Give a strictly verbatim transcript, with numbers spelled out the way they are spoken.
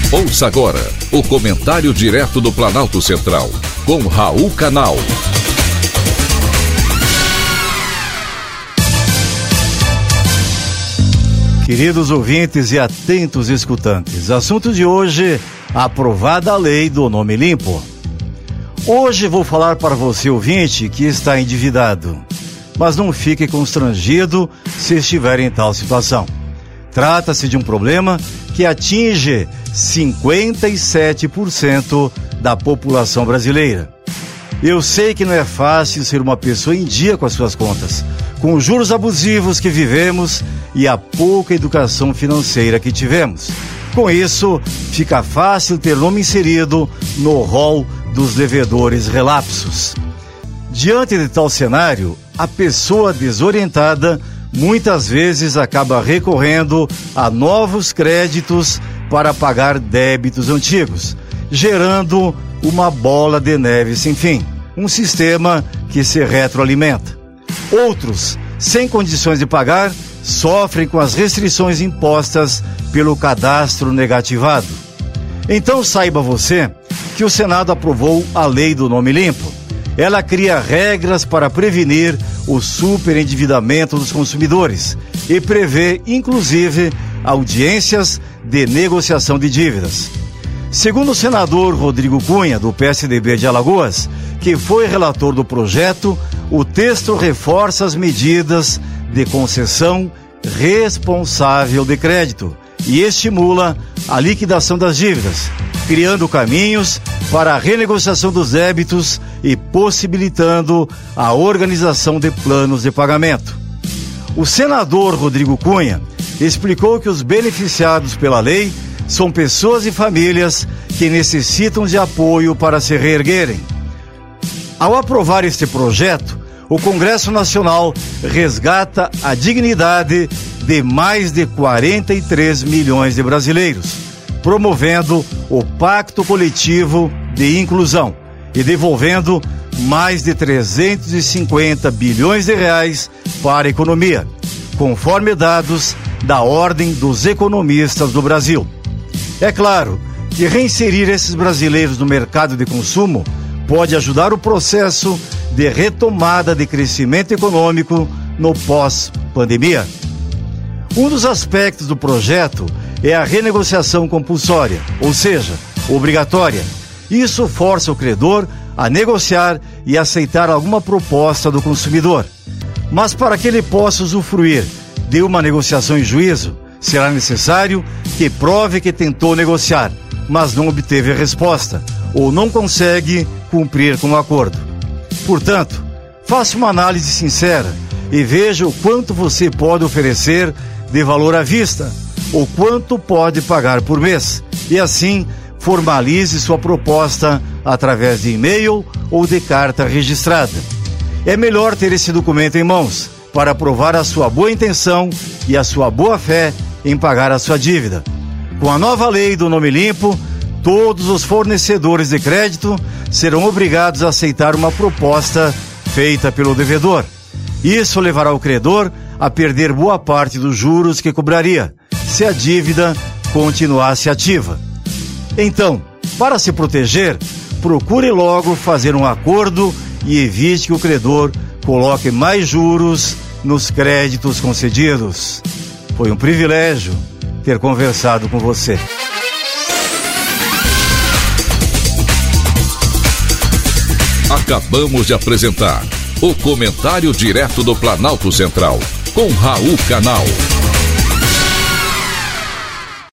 Ouça agora o comentário direto do Planalto Central, com Raul Canal. Queridos ouvintes e atentos escutantes, assunto de hoje, aprovada a lei do nome limpo. Hoje vou falar para você, ouvinte, que está endividado, mas não fique constrangido se estiver em tal situação. Trata-se de um problema que atinge cinquenta e sete por cento da população brasileira. Eu sei que não é fácil ser uma pessoa em dia com as suas contas, com os juros abusivos que vivemos e a pouca educação financeira que tivemos. Com isso, fica fácil ter nome inserido no rol dos devedores relapsos. Diante de tal cenário, a pessoa desorientada muitas vezes acaba recorrendo a novos créditos para pagar débitos antigos, gerando uma bola de neve sem fim, um sistema que se retroalimenta. Outros, sem condições de pagar, sofrem com as restrições impostas pelo cadastro negativado. Então saiba você que o Senado aprovou a lei do nome limpo. Ela cria regras para prevenir o superendividamento dos consumidores e prevê, inclusive, audiências de negociação de dívidas. Segundo o senador Rodrigo Cunha, do P S D B de Alagoas, que foi relator do projeto, o texto reforça as medidas de concessão responsável de crédito e estimula a liquidação das dívidas, criando caminhos para a renegociação dos débitos e possibilitando a organização de planos de pagamento. O senador Rodrigo Cunha explicou que os beneficiados pela lei são pessoas e famílias que necessitam de apoio para se reerguerem. Ao aprovar este projeto, o Congresso Nacional resgata a dignidade de mais de quarenta e três milhões de brasileiros, promovendo o Pacto Coletivo de Inclusão e devolvendo mais de trezentos e cinquenta bilhões de reais para a economia, conforme dados da Ordem dos Economistas do Brasil. É claro que reinserir esses brasileiros no mercado de consumo pode ajudar o processo de retomada de crescimento econômico no pós-pandemia. Um dos aspectos do projeto é a renegociação compulsória, ou seja, obrigatória. Isso força o credor a negociar e aceitar alguma proposta do consumidor. Mas para que ele possa usufruir de uma negociação em juízo, será necessário que prove que tentou negociar, mas não obteve a resposta, ou não consegue cumprir com o acordo. Portanto, faça uma análise sincera e veja o quanto você pode oferecer de valor à vista, ou quanto pode pagar por mês, e assim formalize sua proposta através de e-mail ou de carta registrada. É melhor ter esse documento em mãos para provar a sua boa intenção e a sua boa fé em pagar a sua dívida. Com a nova lei do nome limpo, todos os fornecedores de crédito serão obrigados a aceitar uma proposta feita pelo devedor. Isso levará o credor a perder boa parte dos juros que cobraria, se a dívida continuasse ativa. Então, para se proteger, procure logo fazer um acordo e evite que o credor coloque mais juros nos créditos concedidos. Foi um privilégio ter conversado com você. Acabamos de apresentar o comentário direto do Planalto Central, com Raul Canal.